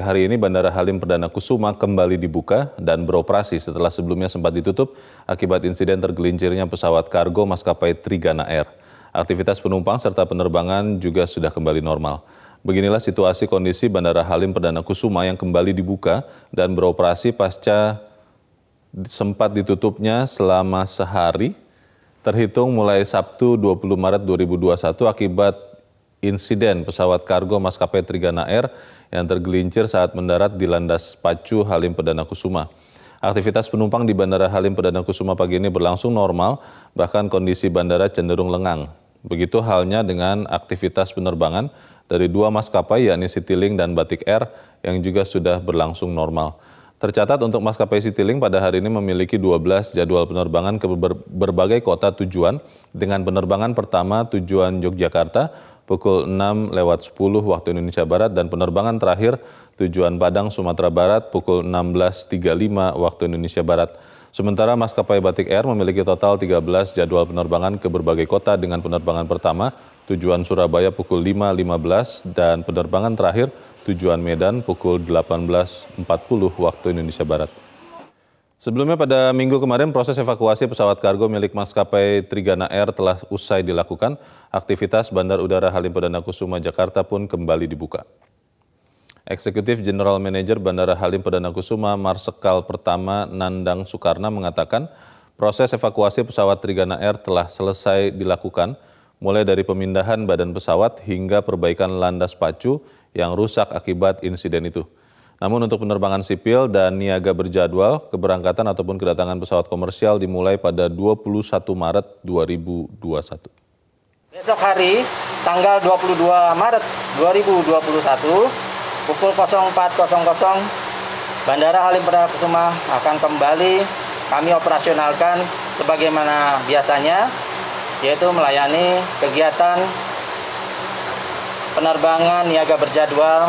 hari ini Bandara Halim Perdana Kusuma kembali dibuka dan beroperasi setelah sebelumnya sempat ditutup akibat insiden tergelincirnya pesawat kargo maskapai Trigana Air. Aktivitas penumpang serta penerbangan juga sudah kembali normal. Beginilah situasi kondisi Bandara Halim Perdana Kusuma yang kembali dibuka dan beroperasi pasca sempat ditutupnya selama sehari, terhitung mulai Sabtu 20 Maret 2021 akibat insiden pesawat kargo maskapai Trigana Air yang tergelincir saat mendarat di landas pacu Halim Perdana Kusuma. Aktivitas penumpang di Bandara Halim Perdana Kusuma pagi ini berlangsung normal, bahkan kondisi bandara cenderung lengang. Begitu halnya dengan aktivitas penerbangan dari dua maskapai yakni Citylink dan Batik Air yang juga sudah berlangsung normal. Tercatat untuk maskapai Citylink pada hari ini memiliki 12 jadwal penerbangan ke berbagai kota tujuan dengan penerbangan pertama tujuan Yogyakarta pukul 6.10 waktu Indonesia Barat dan penerbangan terakhir tujuan Padang, Sumatera Barat pukul 16.35 waktu Indonesia Barat. Sementara maskapai Batik Air memiliki total 13 jadwal penerbangan ke berbagai kota dengan penerbangan pertama tujuan Surabaya pukul 5.15 dan penerbangan terakhir tujuan Medan pukul 18.40 waktu Indonesia Barat. Sebelumnya pada minggu kemarin proses evakuasi pesawat kargo milik maskapai Trigana Air telah usai dilakukan. Aktivitas Bandar Udara Halim Perdana Kusuma Jakarta pun kembali dibuka. Eksekutif General Manager Bandara Halim Perdana Kusuma Marsekal Pertama Nandang Soekarna mengatakan proses evakuasi pesawat Trigana Air telah selesai dilakukan, mulai dari pemindahan badan pesawat hingga perbaikan landas pacu yang rusak akibat insiden itu. Namun untuk penerbangan sipil dan niaga berjadwal, keberangkatan ataupun kedatangan pesawat komersial dimulai pada 21 Maret 2021. Besok hari, tanggal 22 Maret 2021, pukul 04.00, Bandara Halim Perdana Kusuma akan kembali kami operasionalkan sebagaimana biasanya, yaitu melayani kegiatan penerbangan niaga berjadwal,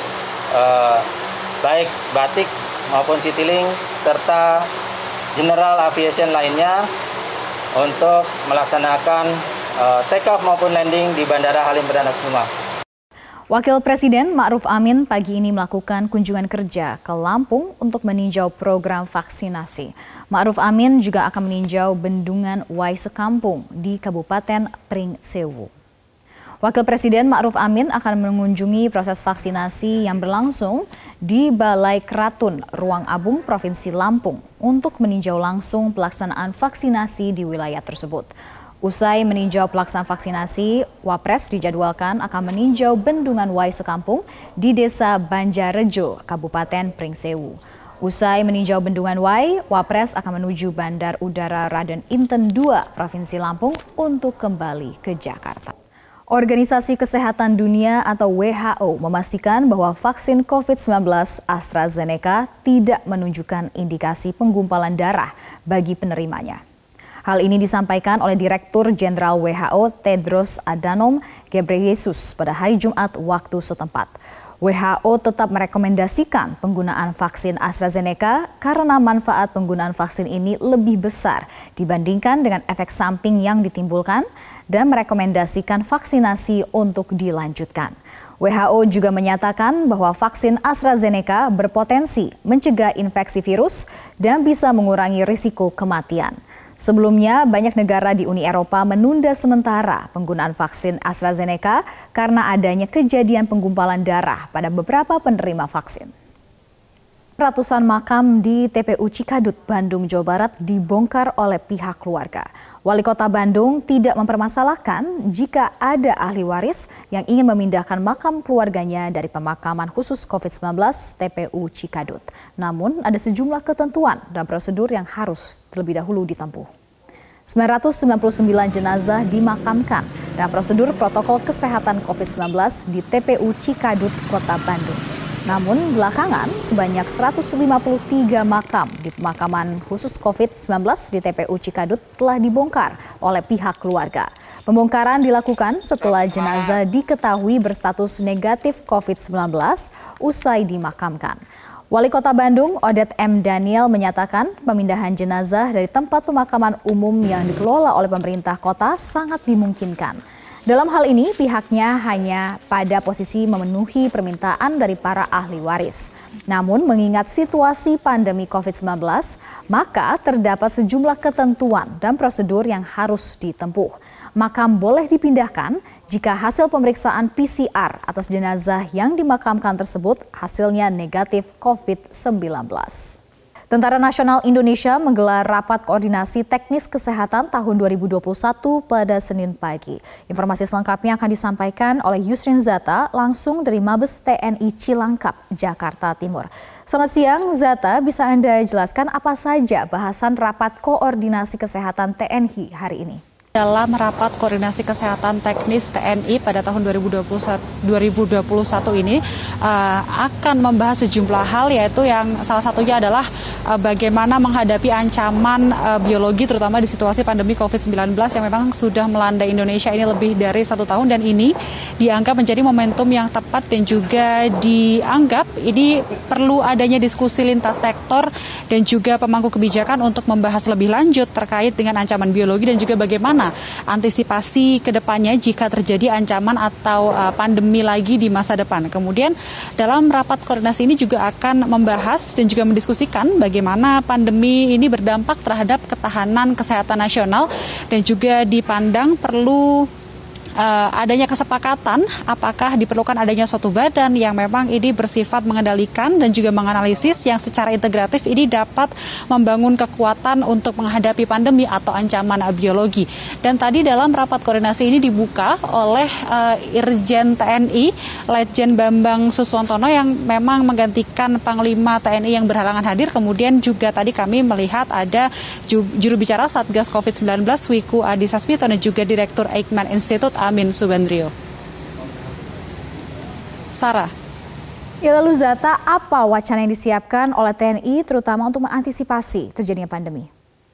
baik Batik maupun Citylink serta General Aviation lainnya untuk melaksanakan take off maupun landing di Bandara Halim Perdana Kusuma. Wakil Presiden Ma'ruf Amin pagi ini melakukan kunjungan kerja ke Lampung untuk meninjau program vaksinasi. Ma'ruf Amin juga akan meninjau bendungan Wai Sekampung di Kabupaten Pringsewu. Wakil Presiden Ma'ruf Amin akan mengunjungi proses vaksinasi yang berlangsung di Balai Keratun, Ruang Abung, Provinsi Lampung untuk meninjau langsung pelaksanaan vaksinasi di wilayah tersebut. Usai meninjau pelaksanaan vaksinasi, Wapres dijadwalkan akan meninjau bendungan Wai Sekampung di Desa Banjarejo, Kabupaten Pringsewu. Usai meninjau bendungan Wai, Wapres akan menuju Bandar Udara Raden Inten II, Provinsi Lampung untuk kembali ke Jakarta. Organisasi Kesehatan Dunia atau WHO memastikan bahwa vaksin COVID-19 AstraZeneca tidak menunjukkan indikasi penggumpalan darah bagi penerimanya. Hal ini disampaikan oleh Direktur Jenderal WHO Tedros Adhanom Ghebreyesus pada hari Jumat waktu setempat. WHO tetap merekomendasikan penggunaan vaksin AstraZeneca karena manfaat penggunaan vaksin ini lebih besar dibandingkan dengan efek samping yang ditimbulkan dan merekomendasikan vaksinasi untuk dilanjutkan. WHO juga menyatakan bahwa vaksin AstraZeneca berpotensi mencegah infeksi virus dan bisa mengurangi risiko kematian. Sebelumnya, banyak negara di Uni Eropa menunda sementara penggunaan vaksin AstraZeneca karena adanya kejadian penggumpalan darah pada beberapa penerima vaksin. Ratusan makam di TPU Cikadut, Bandung, Jawa Barat dibongkar oleh pihak keluarga. Wali Kota Bandung tidak mempermasalahkan jika ada ahli waris yang ingin memindahkan makam keluarganya dari pemakaman khusus COVID-19 TPU Cikadut. Namun ada sejumlah ketentuan dan prosedur yang harus terlebih dahulu ditempuh. 999 jenazah dimakamkan dan prosedur protokol kesehatan COVID-19 di TPU Cikadut, Kota Bandung. Namun belakangan sebanyak 153 makam di pemakaman khusus COVID-19 di TPU Cikadut telah dibongkar oleh pihak keluarga. Pembongkaran dilakukan setelah jenazah diketahui berstatus negatif COVID-19 usai dimakamkan. Wali Kota Bandung, Odet M. Daniel menyatakan pemindahan jenazah dari tempat pemakaman umum yang dikelola oleh pemerintah kota sangat dimungkinkan. Dalam hal ini, pihaknya hanya pada posisi memenuhi permintaan dari para ahli waris. Namun, mengingat situasi pandemi COVID-19, maka terdapat sejumlah ketentuan dan prosedur yang harus ditempuh. Makam boleh dipindahkan jika hasil pemeriksaan PCR atas jenazah yang dimakamkan tersebut hasilnya negatif COVID-19. Tentara Nasional Indonesia menggelar rapat koordinasi teknis kesehatan tahun 2021 pada Senin pagi. Informasi selengkapnya akan disampaikan oleh Yusrin Zata langsung dari Mabes TNI Cilangkap, Jakarta Timur. Selamat siang Zata, bisa Anda jelaskan apa saja bahasan rapat koordinasi kesehatan TNI hari ini? Dalam rapat koordinasi kesehatan teknis TNI pada tahun 2021 ini akan membahas sejumlah hal, yaitu yang salah satunya adalah bagaimana menghadapi ancaman biologi terutama di situasi pandemi COVID-19 yang memang sudah melanda Indonesia ini lebih dari 1 tahun, dan ini dianggap menjadi momentum yang tepat dan juga dianggap ini perlu adanya diskusi lintas sektor dan juga pemangku kebijakan untuk membahas lebih lanjut terkait dengan ancaman biologi dan juga bagaimana antisipasi ke depannya jika terjadi ancaman atau pandemi lagi di masa depan. Kemudian dalam rapat koordinasi ini juga akan membahas dan juga mendiskusikan bagaimana pandemi ini berdampak terhadap ketahanan kesehatan nasional dan juga dipandang perlu adanya kesepakatan apakah diperlukan adanya suatu badan yang memang ini bersifat mengendalikan dan juga menganalisis yang secara integratif ini dapat membangun kekuatan untuk menghadapi pandemi atau ancaman biologi. Dan tadi dalam rapat koordinasi ini dibuka oleh Irjen TNI Letjen Bambang Suswantono yang memang menggantikan Panglima TNI yang berhalangan hadir. Kemudian juga tadi kami melihat ada juru bicara Satgas COVID-19 Wiku Adhisa Smito dan juga Direktur Eijkman Institute Amin Subandrio. Sarah. Ya, lalu Zata, apa wacana yang disiapkan oleh TNI terutama untuk mengantisipasi terjadinya pandemi?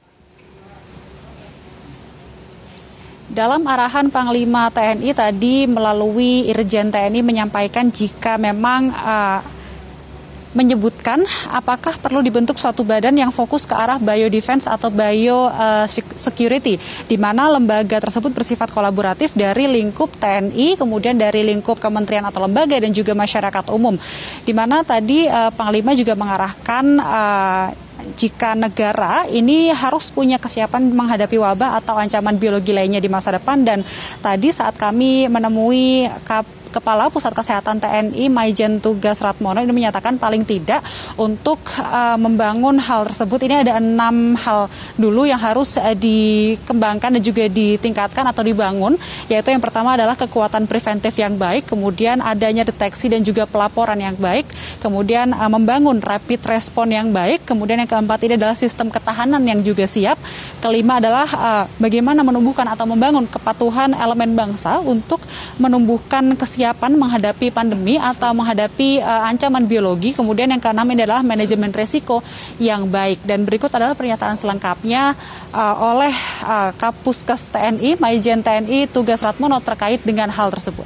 Dalam arahan Panglima TNI tadi melalui Irjen TNI menyampaikan jika memang menyebutkan apakah perlu dibentuk suatu badan yang fokus ke arah biodefense atau biosecurity, di mana lembaga tersebut bersifat kolaboratif dari lingkup TNI, kemudian dari lingkup kementerian atau lembaga dan juga masyarakat umum. Di mana tadi Panglima juga mengarahkan jika negara ini harus punya kesiapan menghadapi wabah atau ancaman biologi lainnya di masa depan. Dan tadi saat kami menemui Kepala Pusat Kesehatan TNI Maijen Tugas Ratmono ini menyatakan paling tidak untuk membangun hal tersebut ini ada 6 hal dulu yang harus dikembangkan dan juga ditingkatkan atau dibangun, yaitu yang pertama adalah kekuatan preventif yang baik, kemudian adanya deteksi dan juga pelaporan yang baik, kemudian membangun rapid respon yang baik, kemudian yang keempat ini adalah sistem ketahanan yang juga siap, kelima adalah bagaimana menumbuhkan atau membangun kepatuhan elemen bangsa untuk menumbuhkan kesiapan menghadapi pandemi atau menghadapi ancaman biologi. Kemudian yang keenam ini adalah manajemen risiko yang baik. Dan berikut adalah pernyataan selengkapnya oleh Kapuskes TNI, Maijen TNI Tugas Ratmono terkait dengan hal tersebut.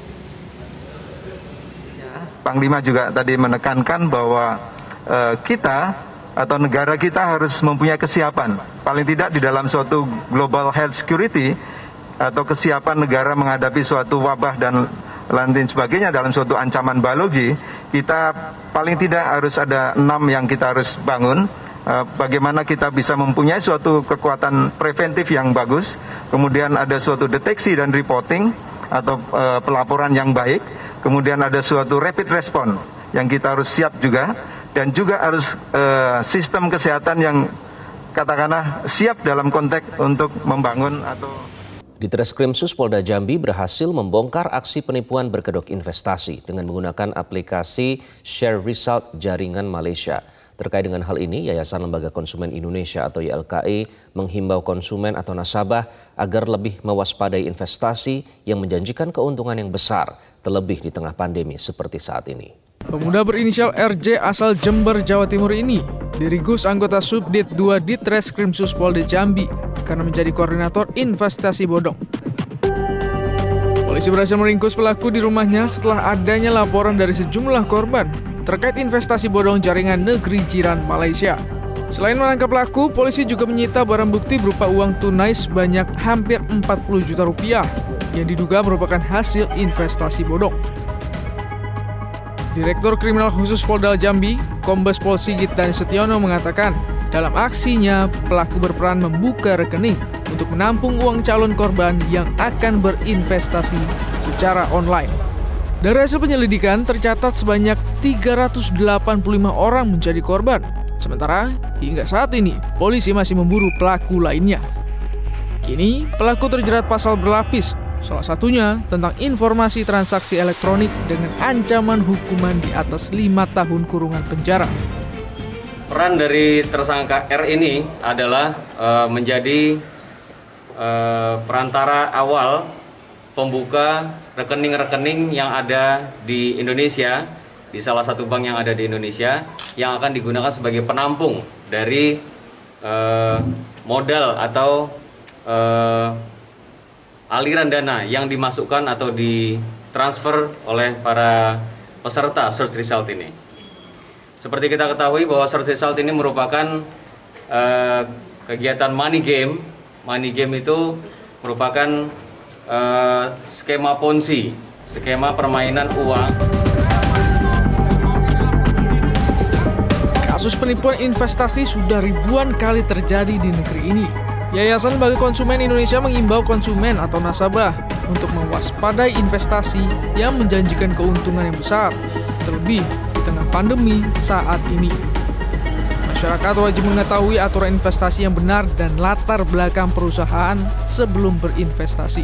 Panglima juga tadi menekankan bahwa kita atau negara kita harus mempunyai kesiapan. Paling tidak di dalam suatu global health security atau kesiapan negara menghadapi suatu wabah dan lain sebagainya dalam suatu ancaman biologi, kita paling tidak harus ada 6 yang kita harus bangun. Bagaimana kita bisa mempunyai suatu kekuatan preventif yang bagus, kemudian ada suatu deteksi dan reporting atau pelaporan yang baik, kemudian ada suatu rapid respon yang kita harus siap juga, dan juga harus sistem kesehatan yang katakanlah siap dalam konteks untuk membangun atau Ditreskrim Polda Jambi berhasil membongkar aksi penipuan berkedok investasi dengan menggunakan aplikasi Share Result jaringan Malaysia. Terkait dengan hal ini, Yayasan Lembaga Konsumen Indonesia atau YLKI menghimbau konsumen atau nasabah agar lebih mewaspadai investasi yang menjanjikan keuntungan yang besar, terlebih di tengah pandemi seperti saat ini. Pemuda berinisial RJ asal Jember, Jawa Timur ini diringkus anggota Subdit 2 Ditreskrim Polda Jambi karena menjadi koordinator investasi bodong. Polisi berhasil meringkus pelaku di rumahnya setelah adanya laporan dari sejumlah korban terkait investasi bodong jaringan negeri jiran Malaysia. Selain menangkap pelaku, polisi juga menyita barang bukti berupa uang tunai sebanyak hampir 40 juta rupiah. yang diduga merupakan hasil investasi bodong. Direktur Kriminal Khusus Polda Jambi, Kombes Pol Sigit Dani Setiono mengatakan, dalam aksinya pelaku berperan membuka rekening untuk menampung uang calon korban yang akan berinvestasi secara online. Dari hasil penyelidikan tercatat sebanyak 385 orang menjadi korban. Sementara hingga saat ini polisi masih memburu pelaku lainnya. Kini pelaku terjerat pasal berlapis, salah satunya tentang informasi transaksi elektronik dengan ancaman hukuman di atas 5 tahun kurungan penjara. Peran dari tersangka R ini adalah menjadi perantara awal pembuka rekening-rekening yang ada di Indonesia, di salah satu bank yang ada di Indonesia, yang akan digunakan sebagai penampung dari modal atau aliran dana yang dimasukkan atau ditransfer oleh para peserta search result ini. Seperti kita ketahui bahwa search result ini merupakan kegiatan money game. Money game itu merupakan skema Ponzi, skema permainan uang. Kasus penipuan investasi sudah ribuan kali terjadi di negeri ini. Yayasan Lembaga Konsumen Indonesia mengimbau konsumen atau nasabah untuk mewaspadai investasi yang menjanjikan keuntungan yang besar, terlebih di tengah pandemi saat ini. Masyarakat wajib mengetahui aturan investasi yang benar dan latar belakang perusahaan sebelum berinvestasi.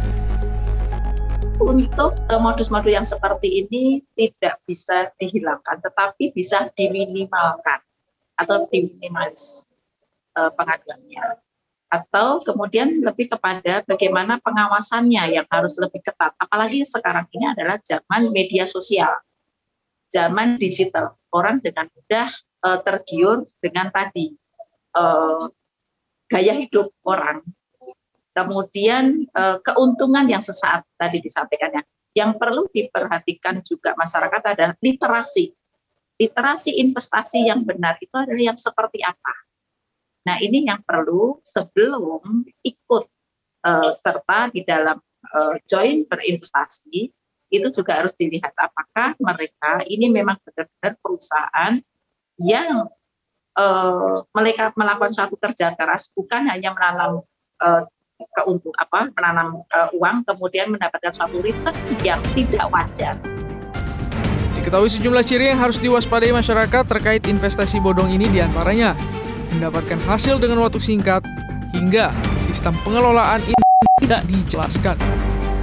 Untuk modus-modus yang seperti ini tidak bisa dihilangkan, tetapi bisa diminimalkan atau diminimalis pengaduannya. Atau kemudian lebih kepada bagaimana pengawasannya yang harus lebih ketat. Apalagi sekarang ini adalah zaman media sosial, zaman digital. Orang dengan mudah tergiur dengan tadi gaya hidup orang. Kemudian keuntungan yang sesaat tadi disampaikannya. Yang perlu diperhatikan juga masyarakat adalah literasi. Literasi investasi yang benar itu adalah yang seperti apa. Nah ini yang perlu sebelum ikut serta di dalam join berinvestasi, itu juga harus dilihat apakah mereka ini memang benar-benar perusahaan yang mereka melakukan suatu kerja keras, bukan hanya menanam menanam uang kemudian mendapatkan suatu return yang tidak wajar. Diketahui sejumlah ciri yang harus diwaspadai masyarakat terkait investasi bodong ini, diantaranya mendapatkan hasil dengan waktu singkat hingga sistem pengelolaan ini tidak dijelaskan.